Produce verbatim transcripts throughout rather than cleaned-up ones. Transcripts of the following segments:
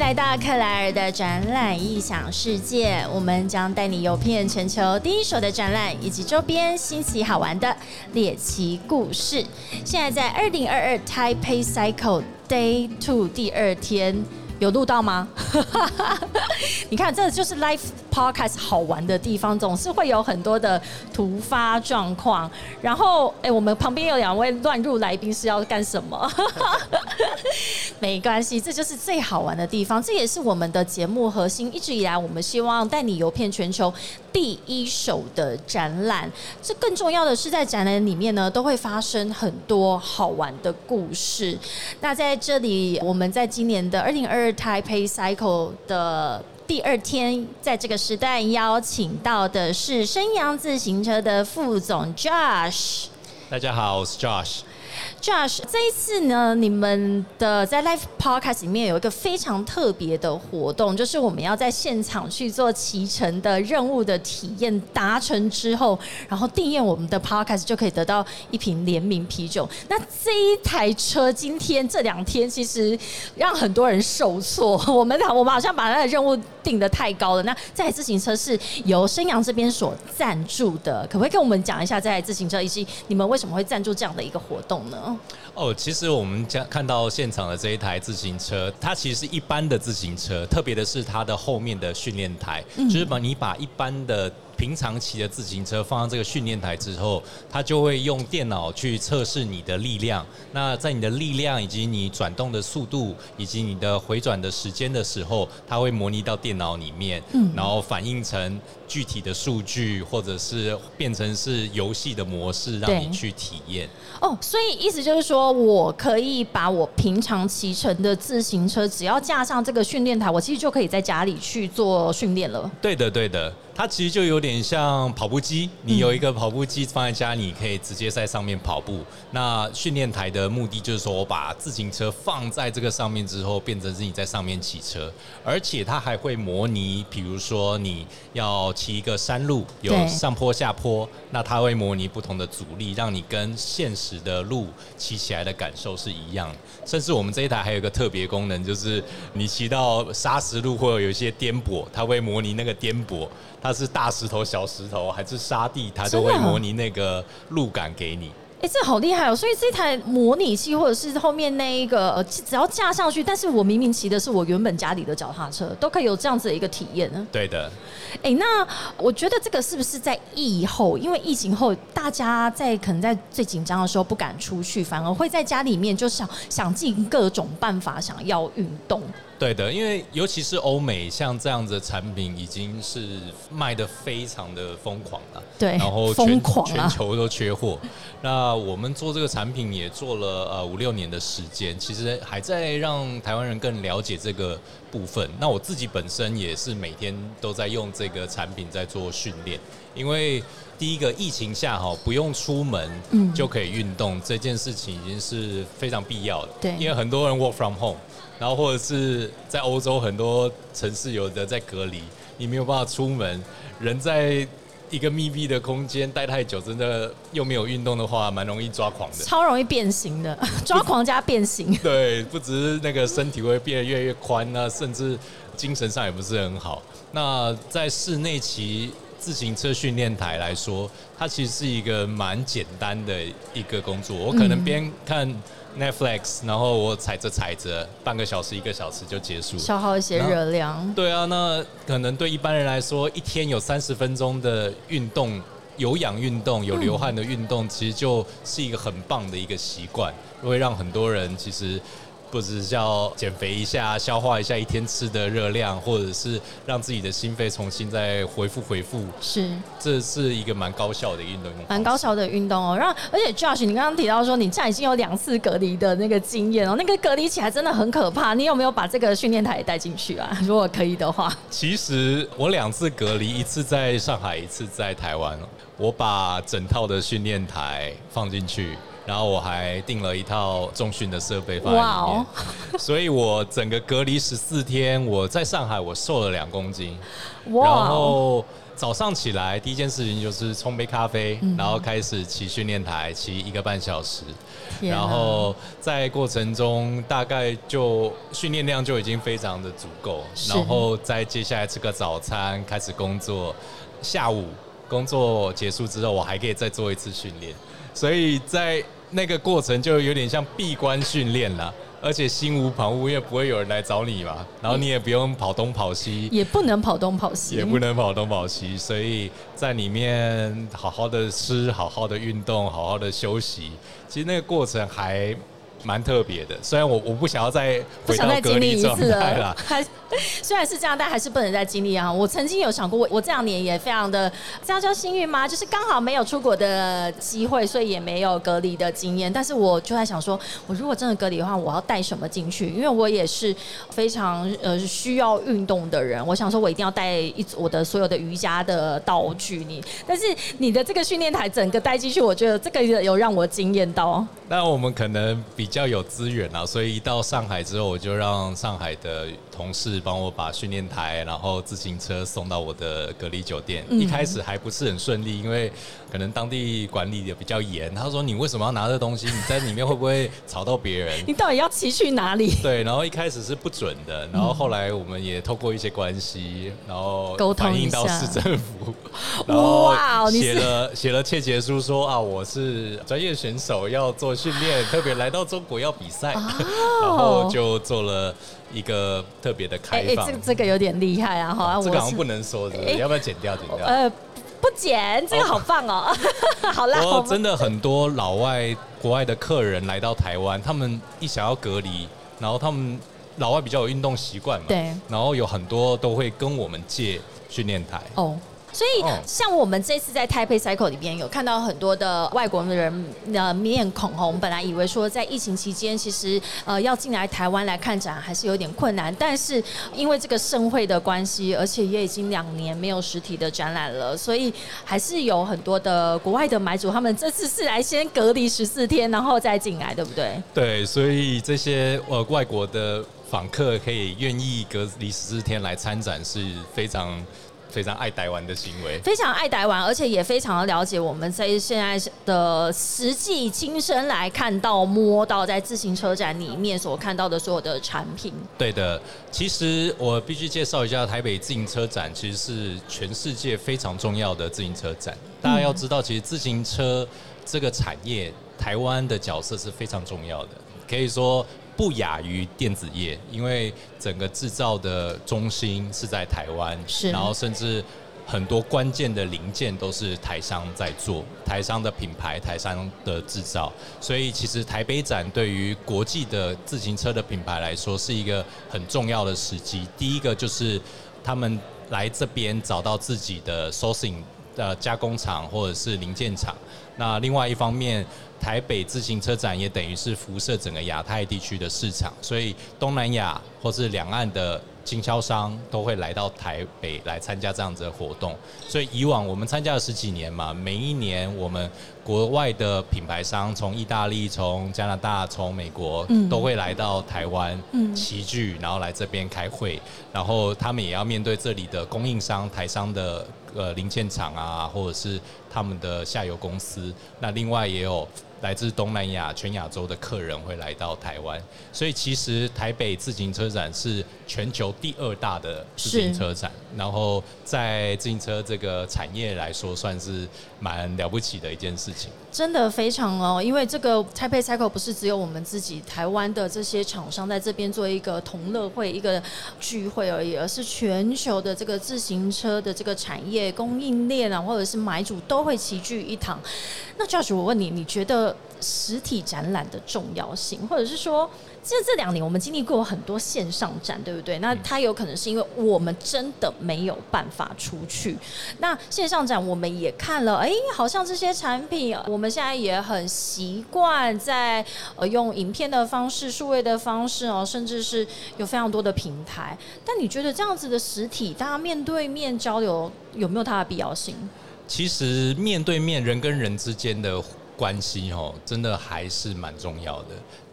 来到克莱尔的展览异想世界，我们将带你游遍全球第一手的展览以及周边新奇好玩的猎奇故事。现在在二零二二 Taipei Cycle Day Two 第二天。有录到吗？你看，这就是 Live Podcast 好玩的地方，总是会有很多的突发状况。然后，哎，我们旁边有两位乱入来宾是要干什么？没关系，这就是最好玩的地方，这也是我们的节目核心。一直以来，我们希望带你游遍全球第一手的展览。这更重要的是，在展览里面呢，都会发生很多好玩的故事。那在这里，我们在今年的二零二二 Taipei Cycle 的第二天，在这个时段邀请到的是生阳自行车的副总 Josh。 大家好，我是 Josh。Josh， 这一次呢，你们的在 Live Podcast 里面有一个非常特别的活动，就是我们要在现场去做骑乘的任务的体验，达成之后，然后订阅我们的 Podcast 就可以得到一瓶联名啤酒。那这一台车今天这两天其实让很多人受挫，我们我们好像把那个任务定得太高了。那这台自行车是由生阳这边所赞助的，可不可以跟我们讲一下这台自行车，以及你们为什么会赞助这样的一个活动呢？ 哦，其实我们看到现场的这一台自行车，它其实是一般的自行车，特别的是它的后面的训练台，嗯、就是把你把一般的平常骑的自行车放到这个训练台之后，它就会用电脑去测试你的力量。那在你的力量以及你转动的速度以及你的回转的时间的时候，它会模拟到电脑里面，嗯、然后反映成具体的数据，或者是变成是游戏的模式，让你去体验。 哦，所以意思就是说，我可以把我平常骑乘的自行车，只要架上这个训练台，我其实就可以在家里去做训练了。 对的，对的。它其实就有点像跑步机，你有一个跑步机放在家里，可以直接在上面跑步。那训练台的目的就是说，我把自行车放在这个上面之后，变成是你在上面骑车，而且它还会模拟，比如说你要骑一个山路，有上坡下坡，那它会模拟不同的阻力，让你跟现实的路骑起来的感受是一样的。甚至我们这一台还有一个特别功能，就是你骑到砂石路或者有一些颠簸，它会模拟那个颠簸。它是大石头、小石头还是沙地，它都会模拟那个路感给你。 哎、欸，这好厉害哦！所以这台模拟器或者是后面那一个，只要架上去，但是我明明骑的是我原本家里的脚踏车，都可以有这样子的一个体验呢。 对的。 哎、欸，那我觉得这个是不是在疫后，因为疫情后，大家在可能在最紧张的时候不敢出去，反而会在家里面就想想尽各种办法想要运动。 对的，因为尤其是欧美像这样子的产品已经是卖得非常的疯狂了， 对， 然后疯狂全球都缺货。那我们做这个产品也做了呃五六年的时间，其实还在让台湾人更了解这个部分。那我自己本身也是每天都在用这个产品在做训练，因为第一个疫情下哈不用出门就可以运动、嗯、这件事情已经是非常必要的， 对， 因为很多人 work from home。然后或者是在欧洲很多城市有的在隔离，你没有办法出门，人在一个密闭的空间待太久，真的又没有运动的话，蛮容易抓狂的， 超容易变形的，抓狂加变形。 对，不只是那个身体会变得越来越宽啊，甚至精神上也不是很好。那在室内骑自行车训练台来说，它其实是一个蛮简单的一个工作，我可能边看Netflix， 然后我踩着踩着，半个小时一个小时就结束， 消耗一些热量。 对啊，那可能对一般人来说，一天有三十分钟的运动，有氧运动、有流汗的运动，其实就是一个很棒的一个习惯，会让很多人其实不只是要减肥一下、消化一下一天吃的热量，或者是让自己的心肺重新再恢复恢复。 是， 这是一个蛮高效的运动， 蛮高效的运动哦。然后，而且 Josh， 你刚刚提到说你这样已经有两次隔离的那个经验哦，那个隔离起来真的很可怕。你有没有把这个训练台也带进去啊？如果可以的话。 其实我两次隔离，一次在上海，一次在台湾。我把整套的训练台放进去。然后我还订了一套重训的设备放在里面， wow. 所以我整个隔离十四天，我在上海我瘦了两公斤， wow. 然后早上起来第一件事情就是冲杯咖啡，嗯、然后开始骑训练台，骑一个半小时，然后在过程中大概就训练量就已经非常的足够，然后再接下来吃个早餐，开始工作，下午工作结束之后，我还可以再做一次训练，所以在那个过程就有点像闭关训练啦。而且心无旁骛，因为不会有人来找你嘛，然后你也不用跑东跑西， 也不能跑东跑西， 也不能跑东跑西，所以在里面好好的吃，好好的运动，好好的休息，其实那个过程还蛮特别的。虽然我我不想要再回到隔离状态啦， 虽然是这样，但还是不能再经历啊！我曾经有想过，我我这两年也非常的，这样叫幸运吗？就是刚好没有出国的机会，所以也没有隔离的经验。但是我就在想说，我如果真的隔离的话，我要带什么进去？因为我也是非常呃需要运动的人，我想说我一定要带一我的所有的瑜伽的道具。你，但是你的这个训练台整个带进去，我觉得这个有让我惊艳到。 那我们可能比较有资源啊，所以一到上海之后，我就让上海的同事帮我把训练台，然后自行车送到我的隔离酒店。嗯、一开始还不是很顺利，因为可能当地管理的比较严。他说：“你为什么要拿这东西？你在里面会不会吵到别人？ 你到底要骑去哪里？” 对，然后一开始是不准的，然后后来我们也透过一些关系，然后反映到市政府，然后写了写了切结书说啊，我是专业选手，要做训练，特别来到中国要比赛，哦、然后就做了一个特别的开放。 欸欸、这这个有点厉害啊！哈， 这个好像不能说是不是、欸、要不要剪掉？剪掉？ 呃，不剪，这个好棒哦。哦好啦， 我真的很多老外国外的客人来到台湾，他们一想要隔离，然后他们老外比较有运动习惯嘛， 对，然后有很多都会跟我们借训练台。 哦。所以，像我们这次在Taipei Cycle里边有看到很多的外国人的面孔哦。我们本来以为说在疫情期间，其实呃要进来台湾来看展还是有点困难，但是因为这个盛会的关系，而且也已经两年没有实体的展览了，所以还是有很多的国外的买主，他们这次是来先隔离十四天，然后再进来，对不对？ 对，所以这些呃外国的访客可以愿意隔离十四天来参展，是非常。非常爱台湾的行为， 非常爱台湾，而且也非常的了解我们在现在的实际亲身来看到、摸到，在自行车展里面所看到的所有的产品。 对的，其实我必须介绍一下台北自行车展，其实是全世界非常重要的自行车展。大家要知道，其实自行车这个产业，台湾的角色是非常重要的，可以说。不亚于电子业，因为整个制造的中心是在台湾，然后甚至很多关键的零件都是台商在做，台商的品牌、台商的制造，所以其实台北展对于国际的自行车的品牌来说是一个很重要的时机。第一个就是他们来这边找到自己的 sourcing 的加工厂或者是零件厂，那另外一方面。台北自行车展也等于是辐射整个亚太地区的市场，所以东南亚或是两岸的经销商都会来到台北来参加这样子的活动。所以以往我们参加了十几年嘛，每一年我们国外的品牌商从意大利、从加拿大、从美国都会来到台湾齐聚，然后来这边开会，然后他们也要面对这里的供应商、台商的呃零件厂啊，或者是他们的下游公司。那另外也有。来自东南亚、全亚洲的客人会来到台湾，所以其实台北自行车展是全球第二大的自行车展，然后在自行车这个产业来说，算是蛮了不起的一件事情。 真的非常哦，因为这个 Taipei Cycle 不是只有我们自己台湾的这些厂商在这边做一个同乐会、一个聚会而已，而是全球的这个自行车的这个产业供应链啊，或者是买主都会齐聚一堂。那 Josh， 我问你，你觉得实体展览的重要性，或者是说，这这两年我们经历过很多线上展，对不对？那它有可能是因为我们真的没有办法出去。那线上展我们也看了，哎，好像这些产品，我们现在也很习惯在呃用影片的方式、数位的方式哦，甚至是有非常多的平台。但你觉得这样子的实体，大家面对面交流，有没有它的必要性？ 其实面对面人跟人之间的关系哦，真的还是蛮重要的。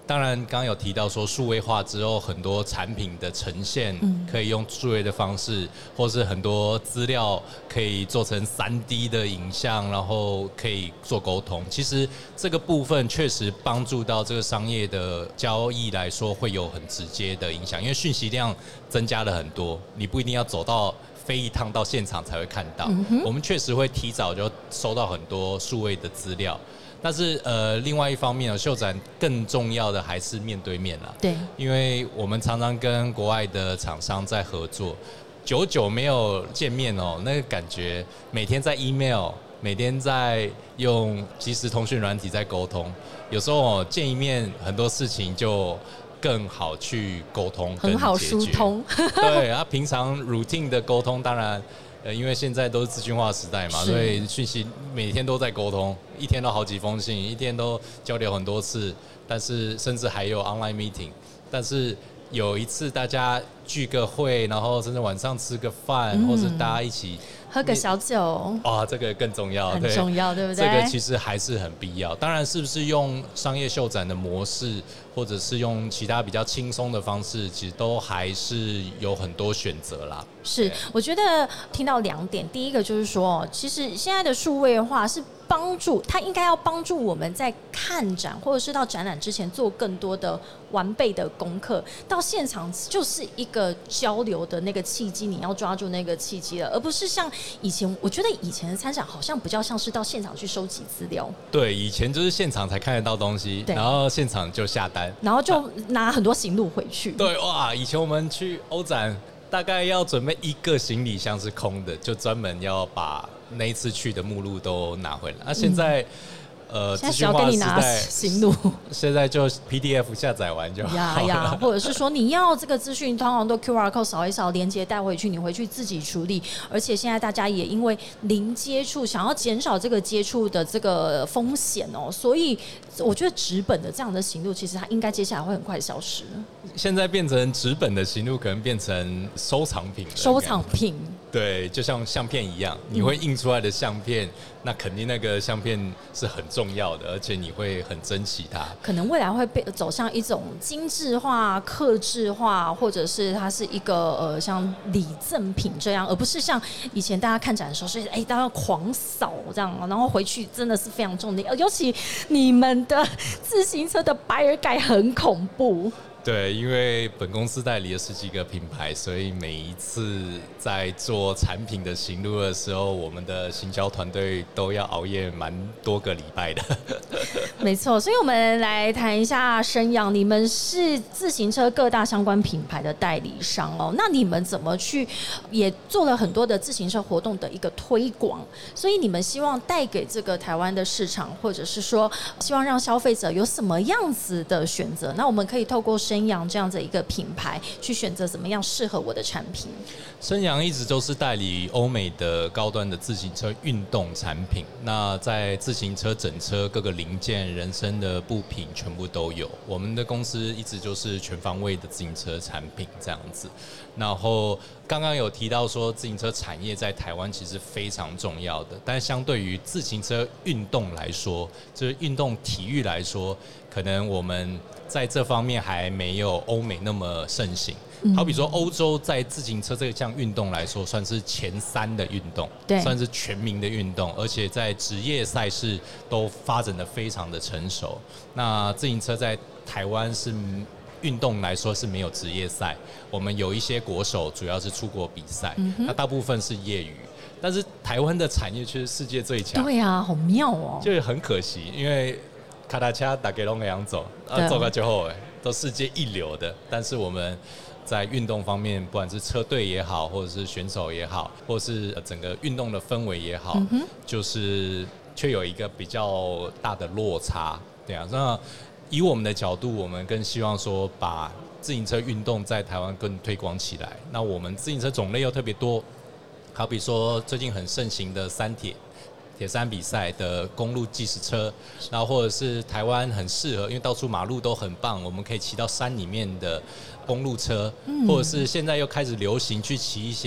当然刚刚有提到说数位化之后，很多产品的呈现可以用数位的方式，嗯、或是很多资料可以做成 三 D 的影像，然后可以做沟通。其实这个部分确实帮助到这个商业的交易来说会有很直接的影响，因为讯息量增加了很多，你不一定要走到飞一趟到现场才会看到。嗯、我们确实会提早就收到很多数位的资料。但是呃，另外一方面，秀展更重要的还是面对面啦。 对， 因为我们常常跟国外的厂商在合作，久久没有见面哦，那个感觉每天在 email， 每天在用即时通讯软体在沟通，有时候哦见一面，很多事情就更好去沟通， 很好疏通。 对啊，平常 routine 的沟通，当然。呃，因为现在都是资讯化时代嘛，所以讯息每天都在沟通，一天都好几封信，一天都交流很多次，但是甚至还有 online meeting。但是有一次大家聚个会，然后甚至晚上吃个饭，嗯、或者大家一起喝个小酒， 哇，这个更重要， 很重要，对不对？ 这个其实还是很必要。当然，是不是用商业秀展的模式，或者是用其他比较轻松的方式，其实都还是有很多选择啦。 是，我觉得听到两点，第一个就是说，其实现在的数位化是帮助它应该要帮助我们在看展或者是到展览之前做更多的完备的功课，到现场就是一个交流的那个契机，你要抓住那个契机了，而不是像以前，我觉得以前的参展好像比较像是到现场去收集资料。 对，以前就是现场才看得到东西，然后现场就下单， 然后就拿很多行路回去。 对，哇，以前我们去欧展大概要准备一个行李箱是空的，就专门要把那一次去的目录都拿回来。那、啊、现在、嗯、呃，资讯化时代， 行路现在就 P D F 下载完就好呀呀，或者是说你要这个资讯，通常都 Q R code 扫一扫，连接带回去，你回去自己处理。而且现在大家也因为零接触，想要减少这个接触的这个风险哦，所以我觉得纸本的这样的行路，其实它应该接下来会很快消失。 现在变成纸本的行路，可能变成收藏品了。 收藏品， 对，就像相片一样，你会印出来的相片，嗯、那肯定那个相片是很重要的，而且你会很珍惜它。 可能未来会被走向一种精致化、客制化，或者是它是一个呃像礼赠品这样，而不是像以前大家看展的时候是哎大家狂扫这样，然后回去真的是非常重的，尤其你们的自行车的白尔盖很恐怖。 对，因为本公司代理了十几个品牌，所以每一次在做产品的行路的时候，我们的行销团队都要熬夜蛮多个礼拜的。 没错，所以我们来谈一下生阳，你们是自行车各大相关品牌的代理商哦，那你们怎么去也做了很多的自行车活动的一个推广？所以你们希望带给这个台湾的市场，或者是说希望让消费者有什么样子的选择？那我们可以透过生阳这样的一个品牌去选择怎么样适合我的产品。 生阳一直都是代理欧美的高端的自行车运动产品，那在自行车整车各个零件、人身的部品全部都有。我们的公司一直就是全方位的自行车产品这样子。然后刚刚有提到说自行车产业在台湾其实非常重要的，但相对于自行车运动来说，就是运动体育来说，可能我们在这方面还没有欧美那么盛行。嗯、好比说欧洲在自行车这项运动来说算是前三的运动，算是全民的运动，而且在职业赛事都发展得非常的成熟。那自行车在台湾是运动来说是没有职业赛，我们有一些国手主要是出国比赛，嗯、那大部分是业余。但是台湾的产业却是世界最强。 对啊，好妙哦！ 就是很可惜，因为卡达恰打给龙洋走，啊，走个最后哎，都世界一流的，但是我们在运动方面，不管是车队也好，或者是选手也好，或者是整个运动的氛围也好，嗯、就是却有一个比较大的落差。对啊，那以我们的角度，我们更希望说把自行车运动在台湾更推广起来。那我们自行车种类又特别多，好比说最近很盛行的三铁。铁三比赛的公路计时车，然后或者是台湾很适合，因为到处马路都很棒，我们可以骑到山里面的公路车，嗯、或者是现在又开始流行去骑一些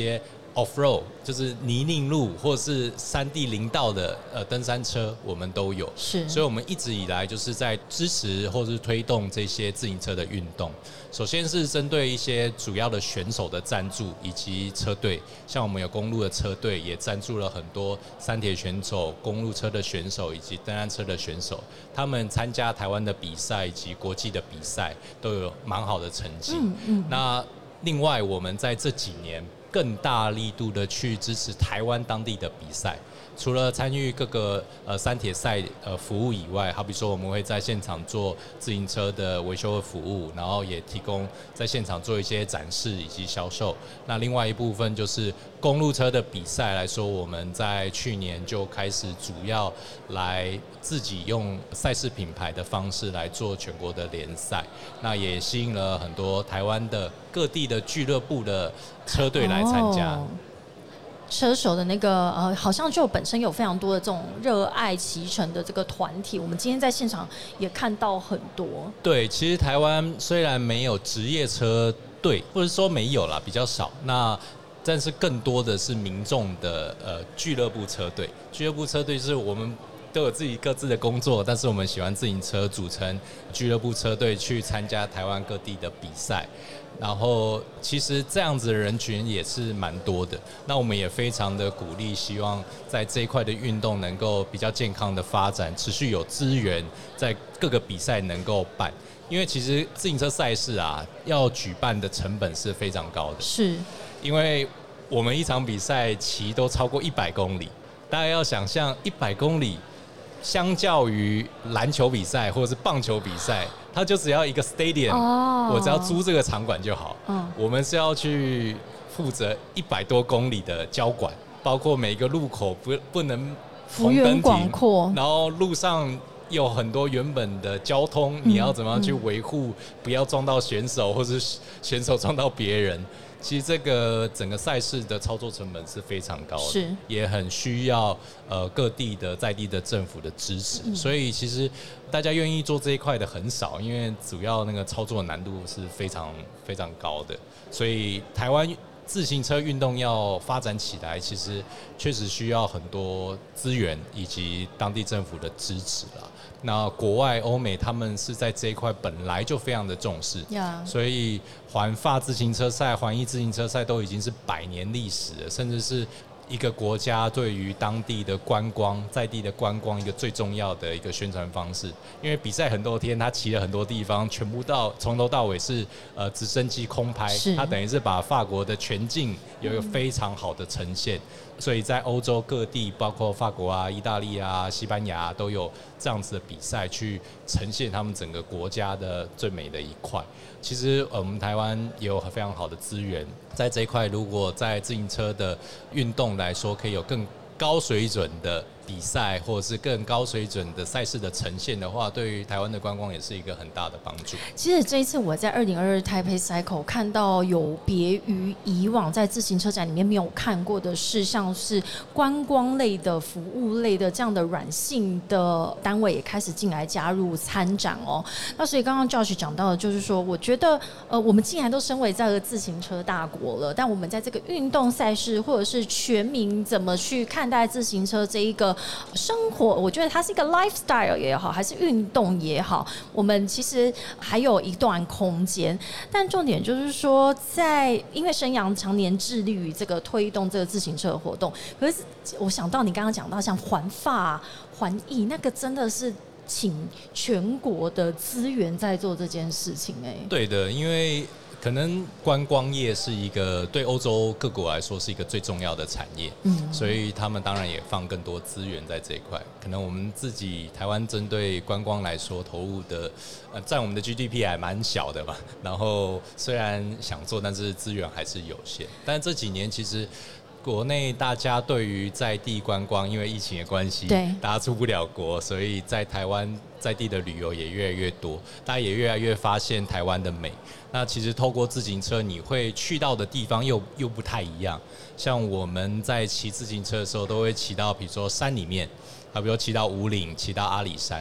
off road， 就是泥泞路或是山地林道的呃登山车，我们都有。 是， 所以我们一直以来就是在支持或是推动这些自行车的运动。首先是针对一些主要的选手的赞助以及车队，像我们有公路的车队，也赞助了很多山铁选手、公路车的选手以及登山车的选手，他们参加台湾的比赛以及国际的比赛都有蛮好的成绩。嗯嗯。那另外，我们在这几年更大力度的去支持台湾当地的比赛。除了参与各个呃山铁赛呃服务以外，好比说我们会在现场做自行车的维修的服务，然后也提供在现场做一些展示以及销售。那另外一部分就是公路车的比赛来说，我们在去年就开始主要来自己用赛事品牌的方式来做全国的联赛，那也吸引了很多台湾的各地的俱乐部的车队来参加。 哦，车手的那个呃，好像就本身有非常多的这种热爱骑乘的这个团体，我们今天在现场也看到很多。 对，其实台湾虽然没有职业车队，或者说没有啦，比较少。那但是更多的是民众的呃俱乐部车队。俱乐部车队是我们都有自己各自的工作，但是我们喜欢自行车，组成俱乐部车队去参加台湾各地的比赛。然后其实这样子的人群也是蛮多的，那我们也非常的鼓励，希望在这一块的运动能够比较健康的发展，持续有资源在各个比赛能够办。因为其实自行车赛事啊，要举办的成本是非常高的， 是因为我们一场比赛骑都超过一百公里，大家要想象一百公里，相较于篮球比赛或者是棒球比赛，它就只要一个 stadium，哦，我只要租这个场馆就好。嗯，我们是要去负责一百多公里的交管，包括每个路口不不能幅员广阔， 然后路上有很多原本的交通，你要怎么样去维护，嗯嗯，不要撞到选手，或是选手撞到别人。其实这个整个赛事的操作成本是非常高的， 是也很需要呃各地的在地的政府的支持，嗯，所以其实大家愿意做这一块的很少，因为主要那个操作难度是非常非常高的，所以台湾自行车运动要发展起来，其实确实需要很多资源以及当地政府的支持啦。那国外欧美他们是在这一块本来就非常的重视， yeah. 所以环法自行车赛、环意自行车赛都已经是百年历史了，甚至是一个国家对于当地的观光、在地的观光一个最重要的一个宣传方式。因为比赛很多天，他骑了很多地方，全部到从头到尾是呃直升机空拍，他等于是把法国的全境有一个非常好的呈现。嗯，所以在欧洲各地，包括法国啊、意大利啊、西班牙啊，都有这样子的比赛去呈现他们整个国家的最美的一块。其实我们台湾也有非常好的资源，在这一块，如果在自行车的运动来说，可以有更高水准的比赛，或者是更高水准的赛事的呈现的话，对于台湾的观光也是一个很大的帮助。 其实这一次我在二零二二台北 Cycle 看到有别于以往在自行车展里面没有看过的是，像是观光类的、服务类的这样的软性的单位也开始进来加入参展哦。那所以刚刚 Josh 讲到的就是说，我觉得呃，我们既然都身为这个自行车大国了，但我们在这个运动赛事或者是全民怎么去看待自行车这一个生活，我觉得它是一个 lifestyle 也好，还是运动也好，我们其实还有一段空间。但重点就是说，在因为申阳常年致力于这个推动这个自行车的活动，可是我想到你刚刚讲到像环法、环意，那个真的是请全国的资源在做这件事情。哎， 对的，因为可能观光业是一个对欧洲各国来说是一个最重要的产业，嗯，所以他们当然也放更多资源在这一块。可能我们自己台湾针对观光来说投入的，呃，占我们的 G D P 还蛮小的嘛。然后虽然想做，但是资源还是有限。但这几年其实国内大家对于在地观光，因为疫情的关系， 对， 大家出不了国，所以在台湾在地的旅游也越来越多，大家也越来越发现台湾的美。那其实透过自行车，你会去到的地方又又不太一样。像我们在骑自行车的时候，都会骑到比如说山里面，啊，比如骑到武岭，骑到阿里山。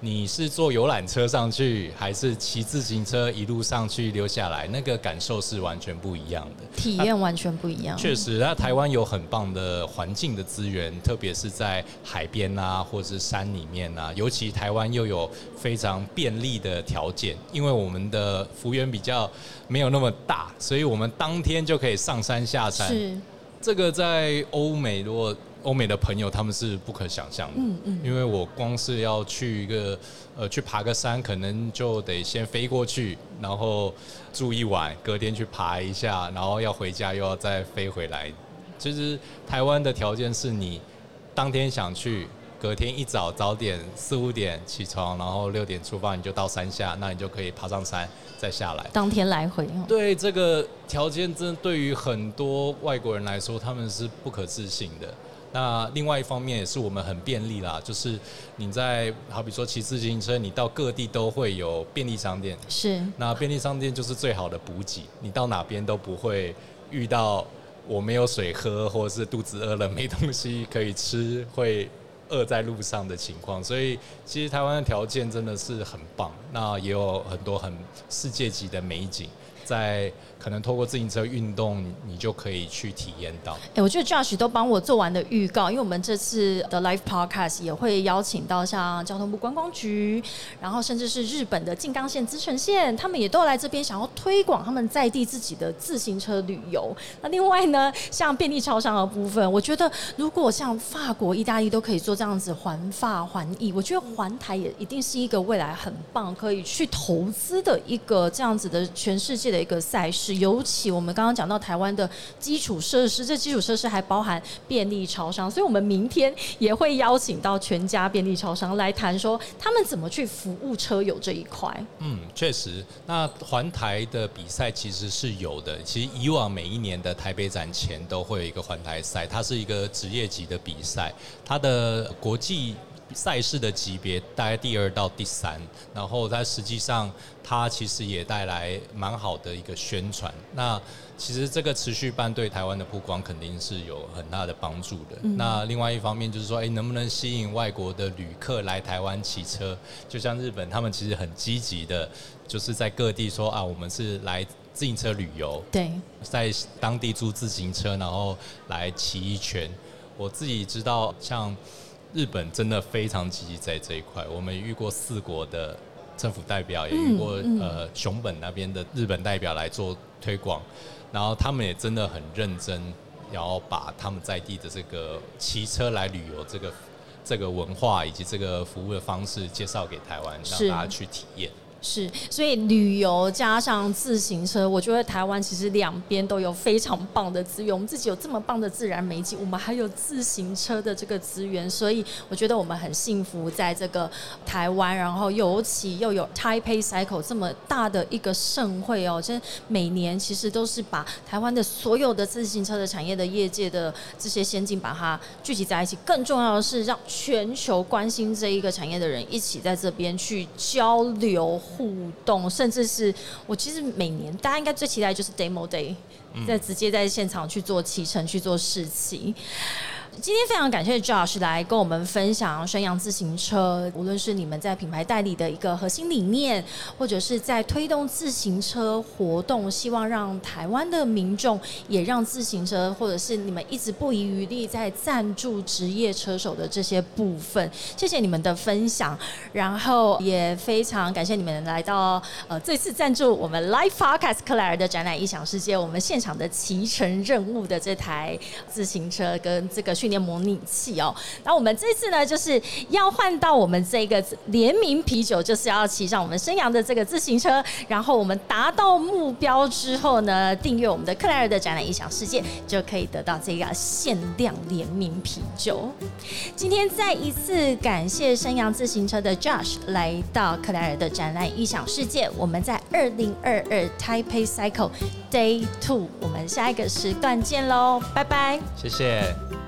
你是坐游览车上去，还是骑自行车一路上去溜下来，那个感受是完全不一样的， 体验完全不一样。 确实，那台湾有很棒的环境的资源，特别是在海边啊，或者是山里面啊，尤其台湾又有非常便利的条件，因为我们的幅员比较没有那么大，所以我们当天就可以上山下山。 是， 这个在欧美，如果欧美的朋友他们是不可想象的，嗯嗯，因为我光是要去一个呃去爬个山，可能就得先飞过去，然后住一晚，隔天去爬一下，然后要回家又要再飞回来。其实台湾的条件是你当天想去，隔天一早早点四五点起床，然后六点出发，你就到山下，那你就可以爬上山再下来， 当天来回。 对，这个条件真的对于很多外国人来说，他们是不可置信的。那另外一方面也是我们很便利啦，就是你在好比说骑自行车，你到各地都会有便利商店， 是， 那便利商店就是最好的补给，你到哪边都不会遇到我没有水喝，或者是肚子饿了没东西可以吃，会饿在路上的情况。所以其实台湾的条件真的是很棒，那也有很多很世界级的美景，在可能透过自行车运动，你就可以去体验到。 哎、欸，我觉得 Josh 都帮我做完的预告，因为我们这次的 Live Podcast 也会邀请到像交通部观光局，然后甚至是日本的静冈县、滋城县，他们也都来这边想要推广他们在地自己的自行车旅游。那另外呢，像便利超商的部分，我觉得如果像法国、意大利都可以做这样子环法环意，我觉得环台也一定是一个未来很棒可以去投资的一个这样子的全世界的一个赛事。尤其我们刚刚讲到台湾的基础设施，这基础设施还包含便利超商，所以我们明天也会邀请到全家便利超商来谈说他们怎么去服务车友这一块。 嗯，确实，那环台的比赛其实是有的。其实以往每一年的台北展前都会有一个环台赛，它是一个职业级的比赛，它的国际赛事的级别大概第二到第三，然后它实际上它其实也带来蛮好的一个宣传。那其实这个持续办对台湾的曝光肯定是有很大的帮助的。嗯、那另外一方面就是说，哎，能不能吸引外国的旅客来台湾骑车？就像日本，他们其实很积极的，就是在各地说啊，我们是来自行车旅游， 对， 在当地租自行车，然后来骑一圈。我自己知道，像日本真的非常积极在这一块，我们遇过四国的政府代表，也遇过、嗯嗯、呃熊本那边的日本代表来做推广，然后他们也真的很认真，然后把他们在地的这个骑车来旅游这个这个文化以及这个服务的方式介绍给台湾，让大家去体验。 是，所以旅游加上自行车，我觉得台湾其实两边都有非常棒的资源。我们自己有这么棒的自然美景，我们还有自行车的这个资源，所以我觉得我们很幸福，在这个台湾，然后尤其又有 Taipei Cycle 这么大的一个盛会哦，真每年其实都是把台湾的所有的自行车的产业的业界的这些先进把它聚集在一起。更重要的是，让全球关心这一个产业的人一起在这边去交流。互动，甚至是我其实每年大家应该最期待就是 Demo Day， 在直接在现场去做骑乘、去做试骑。今天非常感谢 Josh 来跟我们分享宣扬自行车，无论是你们在品牌代理的一个核心理念，或者是在推动自行车活动，希望让台湾的民众也让自行车，或者是你们一直不遗余力在赞助职业车手的这些部分。谢谢你们的分享，然后也非常感谢你们来到呃这次赞助我们 Live Podcast 克莱尔的展览异想世界，我们现场的骑乘任务的这台自行车跟这个训练模拟器哦。那我们这次呢，就是要换到我们这个联名啤酒，就是要骑上我们生阳的这个自行车。然后我们达到目标之后呢，订阅我们的克莱尔的展览异想世界，就可以得到这个限量联名啤酒。今天再一次感谢生阳自行车的 Josh 来到克莱尔的展览异想世界。我们在二零二二 Taipei Cycle Day Two， 我们下一个时段见喽，拜拜， 谢谢。